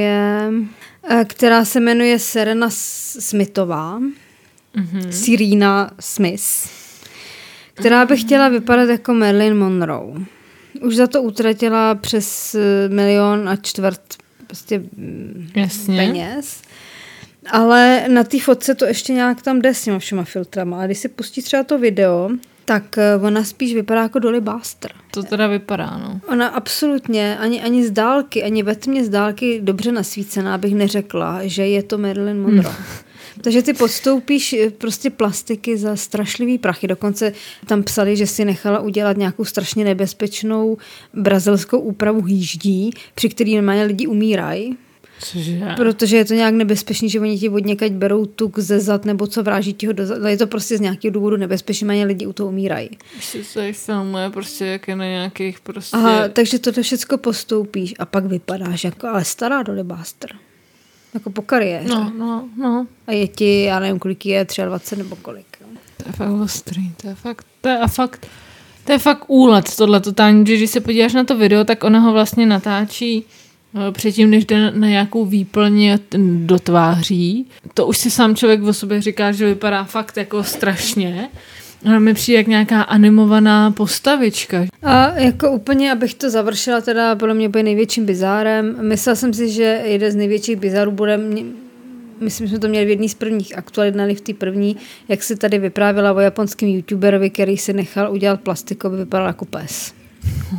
[SPEAKER 2] jmenuje Serena Smithová. Serena Smith. Která by chtěla vypadat jako Marilyn Monroe. Už za to utratila přes 1,25 milionu prostě peněz. Ale na té fotce to ještě nějak tam jde s těma všema filtrama. A když si pustí třeba to video, tak ona spíš vypadá jako Dolly Buster.
[SPEAKER 1] To teda vypadá, no.
[SPEAKER 2] Ona absolutně, ani z dálky, ani ve tmě z dálky dobře nasvícená, bych neřekla, že je to Marilyn Monroe. Takže ty podstoupíš prostě plastiky za strašlivý prachy. Dokonce tam psali, že si nechala udělat nějakou strašně nebezpečnou brazilskou úpravu hýždí, při který normálně lidi umírají.
[SPEAKER 1] Cože?
[SPEAKER 2] Protože je to nějak nebezpečný, že oni ti od někať berou tuk ze zad nebo co vráží ti ho do zad. Je to prostě z nějakého důvodu nebezpečný, mají lidi u toho umírají.
[SPEAKER 1] Ještě se jich filmuje prostě jak je na nějakých prostě...
[SPEAKER 2] Aha, takže to všechno postoupíš a pak vypadáš jako, ale stará Dolly Buster. Jako po kariéře.
[SPEAKER 1] No.
[SPEAKER 2] A je ti, já nevím, kolik je, 23 nebo kolik. Jo.
[SPEAKER 1] To je fakt ostrý, to je fakt úlet tohle totální, že když se podíváš na to video, tak ona ho vlastně natáčí předtím, než jde na nějakou výplň do tváří. To už si sám člověk o sobě říká, že vypadá fakt jako strašně. Ona mi přijde jak nějaká animovaná postavička. A
[SPEAKER 2] jako úplně, abych to završila, teda podle mě bude největším bizárem. Myslela jsem si, že jeden z největších bizárů bude, myslím, že jsme to měli v jedný z prvních aktuálně v té první, jak se tady vyprávěla o japonském youtuberovi, který si nechal udělat plastiku, aby vypadal jako pes.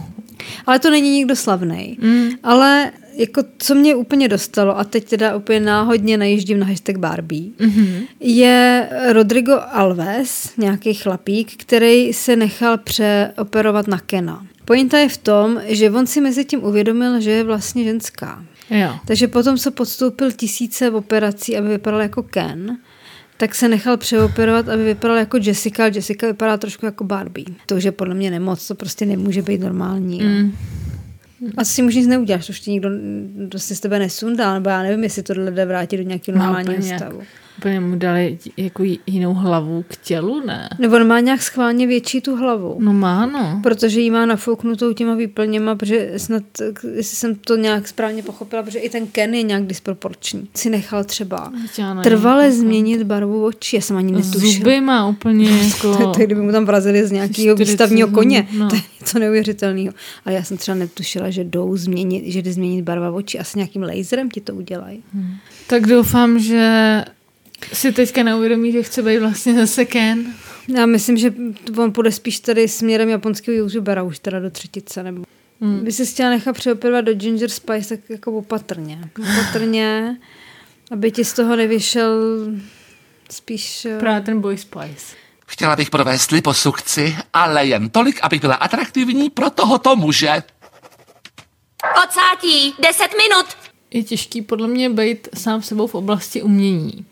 [SPEAKER 2] Ale to není nikdo slavnej. Ale jako co mě úplně dostalo, a teď teda úplně náhodně najíždím na hashtag Barbie, je Rodrigo Alves, nějaký chlapík, který se nechal přeoperovat na Kena. Pointa je v tom, že on si mezi tím uvědomil, že je vlastně ženská.
[SPEAKER 1] Jo.
[SPEAKER 2] Takže potom, co podstoupil 1000 operací, aby vypadal jako Ken, tak se nechal přeoperovat, aby vypadal jako Jessica. Jessica vypadá trošku jako Barbie. To už je podle mě nemoc, to prostě nemůže být normální. Asi si už nic neuděláš, to už ti nikdo prostě z tebe nesundá, nebo já nevím, jestli tohle jde vrátit do nějakého normálního stavu.
[SPEAKER 1] Úplně mu dali jako jinou hlavu k tělu, ne?
[SPEAKER 2] Nebo on má nějak schválně větší tu hlavu.
[SPEAKER 1] No má, no.
[SPEAKER 2] Protože jí má nafouknutou těma výplněma, protože snad, jestli jsem to nějak správně pochopila, protože i ten Ken je nějak disproporční. Si nechal třeba trvale změnit barvu očí, já jsem ani netušila.
[SPEAKER 1] Zuby má úplně jako...
[SPEAKER 2] to kdyby mu tam vrazili z nějakého výstavního koně. No. To je něco neuvěřitelného. Ale já jsem třeba netušila, že jde změnit barva očí. Asi nějakým laserem ti to udělají.
[SPEAKER 1] Tak doufám, že si teďka neuvědomí, že chce být vlastně zase Ken.
[SPEAKER 2] Já myslím, že on půjde spíš tady směrem japonského youtubera už teda do třetice. Nebo... By se chtěla nechat přeoperovat do Ginger Spice, tak jako opatrně. Opatrně, aby ti z toho nevyšel spíš...
[SPEAKER 1] Právě ten Boy Spice.
[SPEAKER 7] Chtěla bych provést liposukci, ale jen tolik, abych byla atraktivní pro tohoto muže.
[SPEAKER 8] Ocátí, 10 minut.
[SPEAKER 1] Je těžký podle mě být sám sebou v oblasti umění.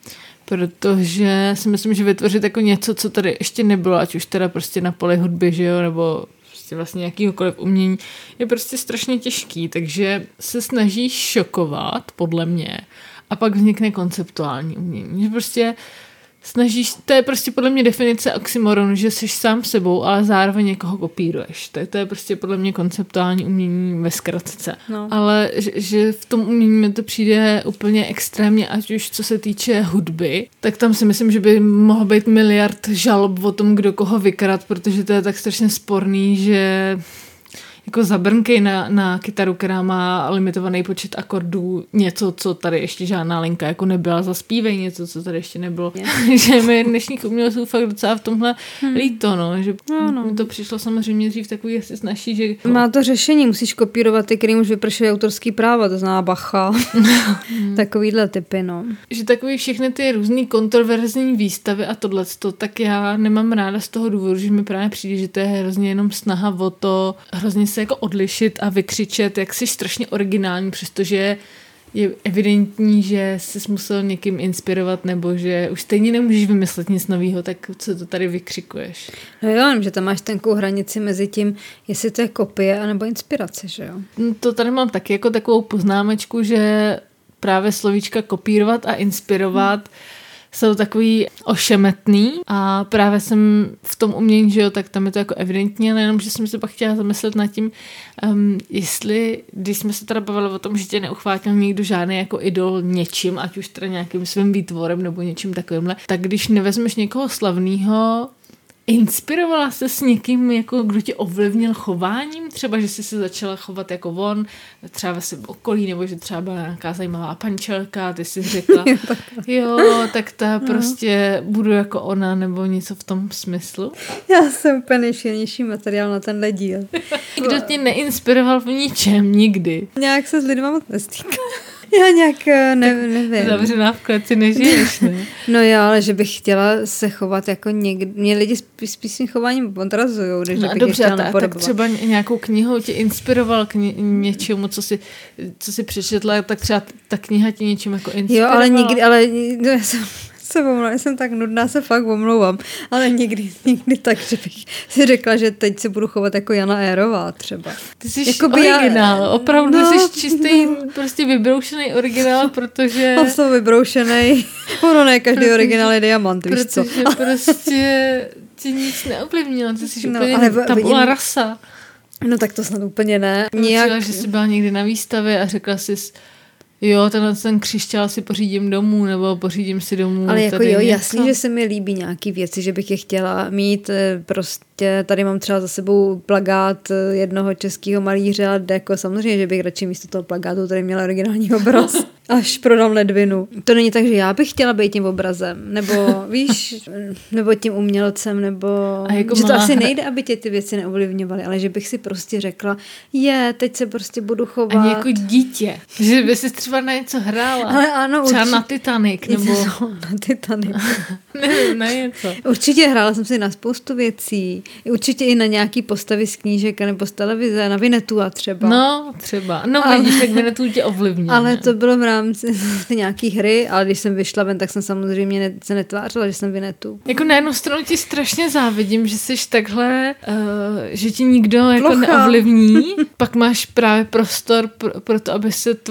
[SPEAKER 1] Protože si myslím, že vytvořit jako něco, co tady ještě nebylo, ať už teda prostě na poli hudby, že jo, nebo prostě vlastně jakýhokoliv umění, je prostě strašně těžký, takže se snažíš šokovat, podle mě, a pak vznikne konceptuální umění. Že prostě snažíš, to je prostě podle mě definice oxymoronu, že jsi sám sebou, ale zároveň někoho kopíruješ. To je prostě podle mě konceptuální umění ve zkratce. No. Ale že v tom umění mi to přijde úplně extrémně, ať už co se týče hudby, tak tam si myslím, že by mohlo být miliard žalob o tom, kdo koho vykrat, protože to je tak strašně sporný, že jako zabrnkej na kytaru, která má limitovaný počet akordů, něco, co tady ještě žádná linka jako nebyla, zaspívej něco, co tady ještě nebylo. Že mi dnešních umělců fakt docela v tomhle líto, no, že mi to přišlo samozřejmě dřív takový asi snaží, že...
[SPEAKER 2] Má to řešení, musíš kopírovat ty, kterým už vypršuje autorský práva, to zná Bacha. Takovýhle typy, no.
[SPEAKER 1] Že takový všechny ty různý kontroverzní výstavy a tohleto, tak já nemám ráda z toho důvodu, že mi právě přijde, že to je hrozně jenom snaha o to, hrozně se jako odlišit a vykřičet, jak jsi strašně originální, přestože je evidentní, že jsi musel někým inspirovat, nebo že už stejně nemůžeš vymyslet nic nového, tak co to tady vykřikuješ?
[SPEAKER 2] No jo, že tam máš tenkou hranici mezi tím, jestli to je kopie anebo inspirace, že jo?
[SPEAKER 1] No to tady mám taky jako takovou poznámečku, že právě slovíčka kopírovat a inspirovat jsou takový ošemetný a právě jsem v tom umění, že jo, tak tam je to jako evidentní, ale jenom, že jsem se pak chtěla zamyslet nad tím, jestli, když jsme se teda bavili o tom, že tě neuchvátil nikdo žádný jako idol něčím, ať už teda nějakým svým výtvorem nebo něčím takovýmhle, tak když nevezmeš někoho slavného, inspirovala se s někým, jako kdo tě ovlivnil chováním? Třeba, že jsi se začala chovat jako on, třeba ve svém okolí, nebo že třeba byla nějaká zajímavá pančelka, ty jsi řekla, jo, tak ta prostě budu jako ona, nebo něco v tom smyslu.
[SPEAKER 2] Já jsem úplně nejšilnější materiál na tenhle díl.
[SPEAKER 1] Kdo tě neinspiroval v ničem, nikdy? Nějak
[SPEAKER 2] se s lidma moc nestýká. Já nějak nevím.
[SPEAKER 1] Zavřená v kleci nežiješ, ne?
[SPEAKER 2] No jo, ale že bych chtěla se chovat jako někdy. Mě lidi spíš svým chováním odrazujou, než bych
[SPEAKER 1] dobře,
[SPEAKER 2] chtěla napodobovat.
[SPEAKER 1] Tak třeba nějakou knihou tě inspiroval k něčemu, co si přečetla, tak třeba ta kniha tě něčím jako inspirovala.
[SPEAKER 2] Jo, ale nikdy, no, já jsem tak nudná, se fakt omlouvám, ale nikdy tak, že bych si řekla, že teď se budu chovat jako Jana Érová třeba.
[SPEAKER 1] Ty jsi originál, opravdu jsi čistý, prostě vybroušený originál, protože...
[SPEAKER 2] Jsem vybroušený, ono ne, každý originál je diamant, víš co.
[SPEAKER 1] Protože prostě ti nic neovlivnilo, ty jsi úplně tabula rasa.
[SPEAKER 2] No tak to snad úplně ne.
[SPEAKER 1] Třeba, že jsi byla někdy na výstavě a řekla jsi, jo, ten křišťál si pořídím domů, nebo pořídím si domů.
[SPEAKER 2] Ale jako jo, jasně, že se mi líbí nějaký věci, že bych je chtěla mít. Prostě tady mám třeba za sebou plakát jednoho českého malíře a deko. Samozřejmě, že bych radši místo toho plakátu tady měla originální obraz. až prodám ledvinu. To není tak, že já bych chtěla být tím obrazem, nebo víš, nebo tím umělcem, nebo jako že to asi nejde, aby tě ty věci neovlivňovaly, ale že bych si prostě řekla, teď se prostě budu chovat.
[SPEAKER 1] Ani jako dítě, že by si třeba na něco hrála.
[SPEAKER 2] Ale ano,
[SPEAKER 1] třeba na Titanic, nebo...
[SPEAKER 2] na Titanic.
[SPEAKER 1] Nevím, na něco.
[SPEAKER 2] Určitě hrála jsem si na spoustu věcí. Určitě i na nějaký postavy z knížek nebo z televize, na Vinetua třeba.
[SPEAKER 1] No, třeba. No, vidíš, tak Vinetu tě ovlivňuje.
[SPEAKER 2] Ale to bylo v rámci nějaký hry, ale když jsem vyšla ven, tak jsem samozřejmě se netvářila, že jsem Vinetu.
[SPEAKER 1] Jako na jednu stranu ti strašně závidím, že jsi takhle, že ti nikdo jako neovlivní, pak máš právě prostor pro to, aby se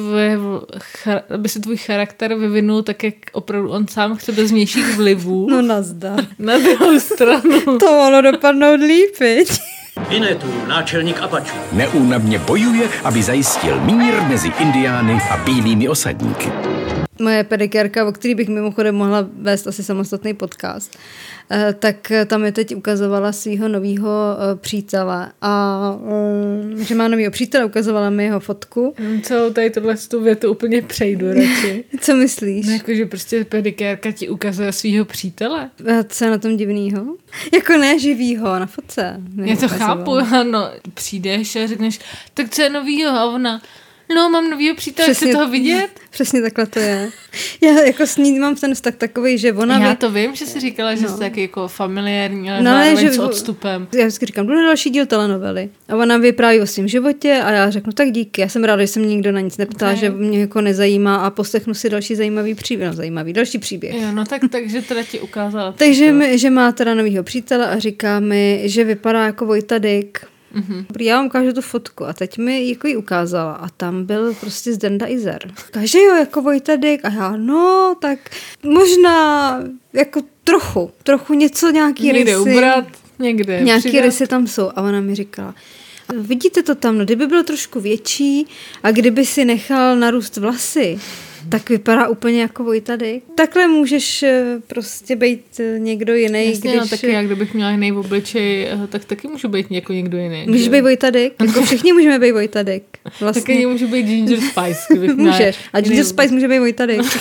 [SPEAKER 1] tvůj charakter vyvinul tak, jak opravdu on sám chce bez vnějších vlivů.
[SPEAKER 2] No nazdar.
[SPEAKER 1] Na druhou stranu.
[SPEAKER 2] To mohlo dopadnout líp,
[SPEAKER 8] Vinetu, náčelník Apačů.
[SPEAKER 9] Neúnavně bojuje, aby zajistil mír mezi indiány a bílými osadníky.
[SPEAKER 2] Moje pedikérka, o který bych mimochodem mohla vést asi samostatný podcast, tak tam je teď ukazovala svého nového přítele a že má novýho přítele, ukazovala mi jeho fotku.
[SPEAKER 1] Celou tady tu větu úplně přejdu radši.
[SPEAKER 2] Co myslíš?
[SPEAKER 1] No, jako, že prostě pedikérka ti ukazuje svého přítele.
[SPEAKER 2] A co je na tom divnýho? Jako ne živýho, na fotce.
[SPEAKER 1] Já to chápu, ano. Přijdeš a řekneš, tak co je novýho? A ona... No, mám novýho přítele, chci toho vidět?
[SPEAKER 2] Přesně takhle to je. Já jako s ní mám ten vztah takovej, že ona...
[SPEAKER 1] Já to vím, že jsi říkala, že jsi taky jako familiární, ale zároveň s odstupem.
[SPEAKER 2] Já vždycky říkám, jdu na další díl telenovely. A ona vypráví o svém životě a já řeknu, tak díky. Já jsem ráda, že se mě nikdo na nic neptá, že mě jako nezajímá a poslechnu si další zajímavý příběh. No, další příběh.
[SPEAKER 1] Jo, no takže teda ti ukázala.
[SPEAKER 2] Takže že má teda novýho přítele a říká mi, že vypadá jako Vojta Dyk. Mm-hmm. Já vám ukážu tu fotku a teď mi jako ji ukázala a tam byl prostě Zdenda Izer. Kaže jo, jako Vojta Dyk a já, no, tak možná jako trochu něco, nějaký
[SPEAKER 1] někde
[SPEAKER 2] rysy.
[SPEAKER 1] Ubrat, někde
[SPEAKER 2] nějaký
[SPEAKER 1] přidat.
[SPEAKER 2] Rysy tam jsou a ona mi říkala, vidíte to tam, no, kdyby byl trošku větší a kdyby si nechal narůst vlasy, tak vypadá úplně jako Vojta Dyk. Takhle můžeš prostě být někdo jiný.
[SPEAKER 1] Jasně, když... no taky jak kdybych měla jiný obličej, tak taky můžu být jako někdo jiný.
[SPEAKER 2] Můžeš být Vojta Dyk? Jako všichni můžeme být Vojta Dyk.
[SPEAKER 1] Vlastně. Taky můžu být Ginger Spice.
[SPEAKER 2] Můžeš. A Ginger Spice může být Vojta Dyk.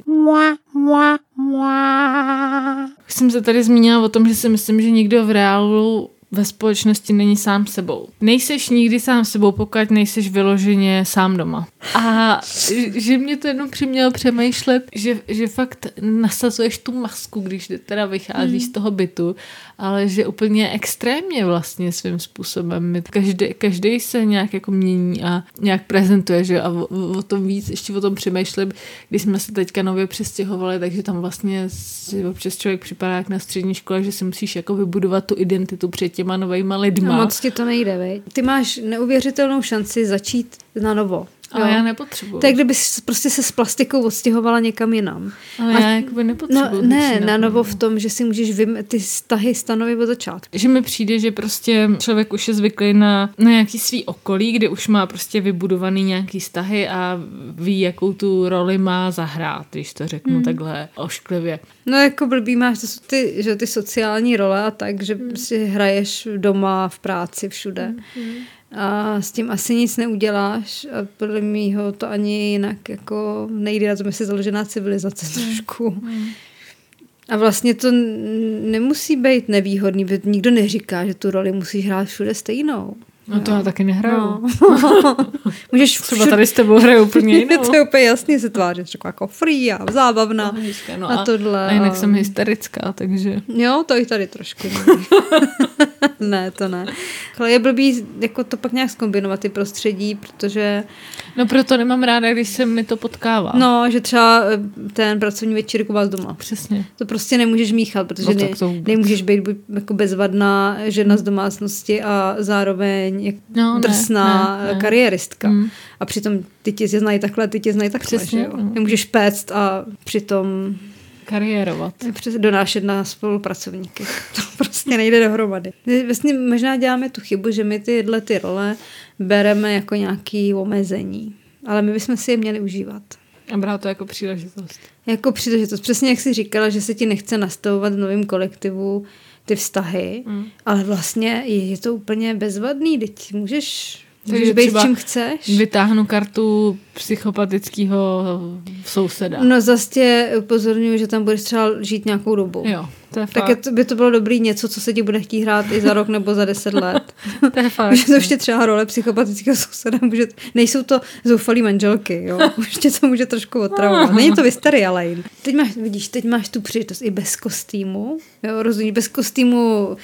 [SPEAKER 1] Už jsem se tady zmínila o tom, že si myslím, že nikdo v reálu ve společnosti není sám sebou. Nejseš nikdy sám sebou, pokud nejseš vyloženě sám doma. A že mě to jenom přimělo přemýšlet, že fakt nasazuješ tu masku, když teda vycházíš z toho bytu, ale že úplně extrémně vlastně svým způsobem. Každý se nějak jako mění a nějak prezentuje, že a o tom víc, ještě o tom přemýšlím, když jsme se teďka nově přestěhovali, takže tam vlastně si občas člověk připadá jak na střední škole, že si musíš jako vybudovat tu identitu před těma novejma lidma.
[SPEAKER 2] No, moc ti to nejde, vej. Ty máš neuvěřitelnou šanci začít na novo.
[SPEAKER 1] Ale já nepotřebuji.
[SPEAKER 2] Tak kdyby prostě se s plastikou odstěhovala někam jinam.
[SPEAKER 1] Ale já jakoby nepotřebuji.
[SPEAKER 2] No, ne, na novo v tom, že si můžeš ty vztahy stanovit od začátku.
[SPEAKER 1] Že mi přijde, že prostě člověk už je zvyklý na nějaký svý okolí, kde už má prostě vybudovaný nějaký vztahy a ví, jakou tu roli má zahrát, když to řeknu takhle ošklivě.
[SPEAKER 2] No jako blbý máš, to jsou ty sociální role a tak, že si hraješ doma, v práci, všude. A s tím asi nic neuděláš a podle mýho to ani jinak jako nejde, na tom je si založená civilizace trošku. A vlastně to nemusí být nevýhodný, protože nikdo neříká, že tu roli musíš hrát všude stejnou.
[SPEAKER 1] No to já taky nehraju.
[SPEAKER 2] No. Můžeš
[SPEAKER 1] třeba tady s tebou hraju úplně jinou.
[SPEAKER 2] To je úplně jasný, se tváříš jako free a zábavná.
[SPEAKER 1] No,
[SPEAKER 2] a tohle.
[SPEAKER 1] A jinak jsem hysterická, takže...
[SPEAKER 2] Jo, to i tady trošku. Ne, to ne. Ale je blbý jako to pak nějak zkombinovat ty prostředí, protože...
[SPEAKER 1] No proto nemám ráda, když se mi to potkává.
[SPEAKER 2] No, že třeba ten pracovní večírek u vás doma.
[SPEAKER 1] Přesně.
[SPEAKER 2] To prostě nemůžeš míchat, protože nemůžeš být jako bezvadná žena z domácnosti a zároveň drsná kariéristka. A přitom ty tě znají takhle,
[SPEAKER 1] Přesně,
[SPEAKER 2] že jo? Nemůžeš péct a přitom...
[SPEAKER 1] kariérovat.
[SPEAKER 2] Donášet na spolupracovníky. To prostě nejde dohromady. Vlastně možná děláme tu chybu, že my ty role bereme jako nějaké omezení. Ale my bychom si je měli užívat.
[SPEAKER 1] A brát to jako příležitost.
[SPEAKER 2] Jako příležitost. Přesně jak jsi říkala, že se ti nechce nastavovat v novém kolektivu ty vztahy, ale vlastně je to úplně bezvadný. Teď můžeš Můžeš být čím chceš.
[SPEAKER 1] Vytáhnu kartu psychopatického souseda.
[SPEAKER 2] No zase tě upozorňuji, že tam budeš třeba žít nějakou dobu.
[SPEAKER 1] Jo, to je
[SPEAKER 2] tak
[SPEAKER 1] fakt.
[SPEAKER 2] by to bylo dobrý něco, co se ti bude chtít hrát i za rok nebo za 10 let.
[SPEAKER 1] To je fakt.
[SPEAKER 2] Může to ještě třeba role psychopatického souseda. Nejsou to zoufalý manželky, jo. Ještě to může trošku otravovat. Není to Wisteria Lane. Teď máš tu příležitost i bez kostýmu. Jo, rozumíš, bez kostýmu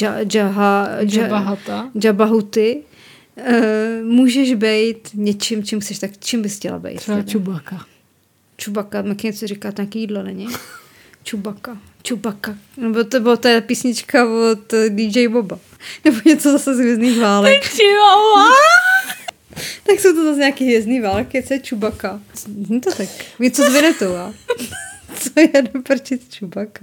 [SPEAKER 2] Jabahuty. Můžeš být něčím, čím chceš, tak čím bys chtěla být?
[SPEAKER 1] Třeba Chewbacca.
[SPEAKER 2] Chewbacca, jak něco říká, nějaký jídlo, není? Chewbacca. Nebo to byla ta písnička od DJ Boba. Nebo něco zase z Hvězdných válek. Tak jsou to zase nějaký Hvězdný války, co je Chewbacca. Není to tak. Něco z Vinetou, a? Co je doprčit Chewbacca?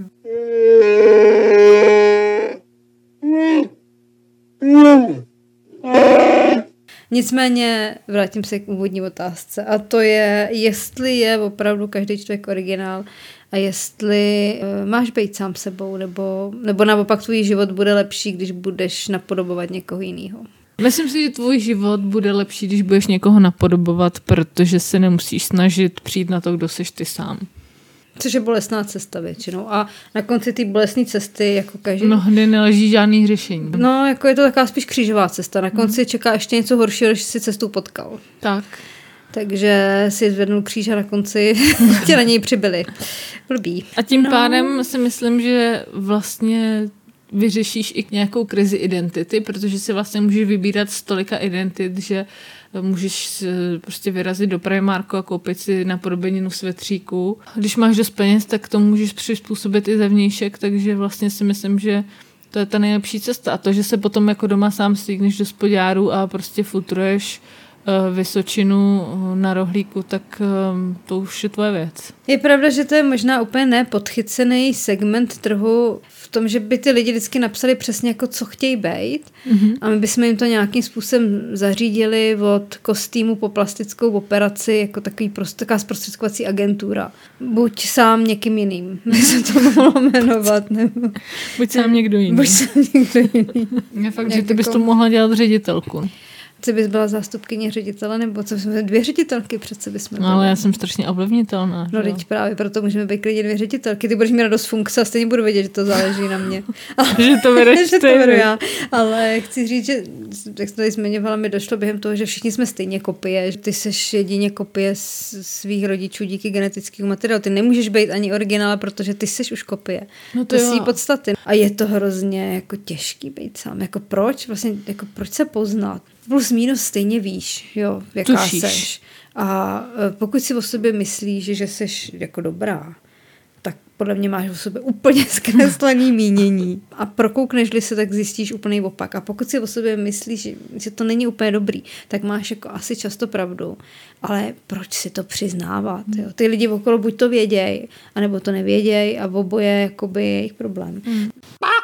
[SPEAKER 2] Nicméně vrátím se k úvodní otázce a to je, jestli je opravdu každý člověk originál a jestli máš být sám sebou nebo naopak tvůj život bude lepší, když budeš napodobovat někoho jiného.
[SPEAKER 1] Myslím si, že tvůj život bude lepší, když budeš někoho napodobovat, protože se nemusíš snažit přijít na to, kdo seš ty sám.
[SPEAKER 2] Což je bolestná cesta většinou. A na konci té bolestné cesty, jako každý...
[SPEAKER 1] Mnohdy neleží žádný řešení.
[SPEAKER 2] No, jako je to taková spíš křížová cesta. Na konci čeká ještě něco horšího, než si cestu potkal.
[SPEAKER 1] Tak.
[SPEAKER 2] Takže si zvednul kříž a na konci tě na něj přibyli. Blbý.
[SPEAKER 1] A tím pádem si myslím, že vlastně vyřešíš i nějakou krizi identity, protože si vlastně můžeš vybírat z tolika identit, že můžeš prostě vyrazit do Primarku a koupit si napodobeninu svetříku. Když máš dost peněz, tak to můžeš přizpůsobit i zevnějšek, takže vlastně si myslím, že to je ta nejlepší cesta. A to, že se potom jako doma sám stříkneš do spodňáru a prostě futruješ Vysočinu na rohlíku, tak to už je tvoje věc.
[SPEAKER 2] Je pravda, že to je možná úplně nepodchycený segment trhu v tom, že by ty lidi vždycky napsali přesně jako co chtějí být a my bychom jim to nějakým způsobem zařídili od kostýmu po plastickou operaci jako taková zprostředkovací agentura. Buď sám někým jiným, by se to mohlo jmenovat. Nebo...
[SPEAKER 1] Buď sám někdo jiný. Je fakt, že ty bys to mohla dělat ředitelku.
[SPEAKER 2] Ty bys byla zástupkyně ředitele, nebo co jsme 2 ředitelky přece bychom byli.
[SPEAKER 1] Ale já jsem strašně ovlivnitelná.
[SPEAKER 2] No teď právě proto můžeme být klidně 2 ředitelky. Ty budeš mít radost funkce a stejně budu vědět, že to záleží na mě.
[SPEAKER 1] Že to vedeš
[SPEAKER 2] že to vedu já. Ale chci říct, že jak jsi tady zmiňovala, mi došlo během toho, že všichni jsme stejně kopie. Že ty seš jedině kopie svých rodičů díky genetickému materiálu. Ty nemůžeš být ani originál, protože ty seš už kopie. No to je podstaty. A je to hrozně jako těžký být sám. Jako proč? Vlastně jako proč se poznat? Plus minus stejně víš, jo, jaká
[SPEAKER 1] Tušíš.
[SPEAKER 2] seš. A pokud si o sobě myslíš, že seš jako dobrá, tak podle mě máš o sobě úplně zkreslený mínění. A prokoukneš-li se, tak zjistíš úplný opak. A pokud si o sobě myslíš, že to není úplně dobrý, tak máš jako asi často pravdu. Ale proč si to přiznávat? Jo? Ty lidi okolo buď to věděj, anebo to nevěděj a oboje jakoby je jejich problém.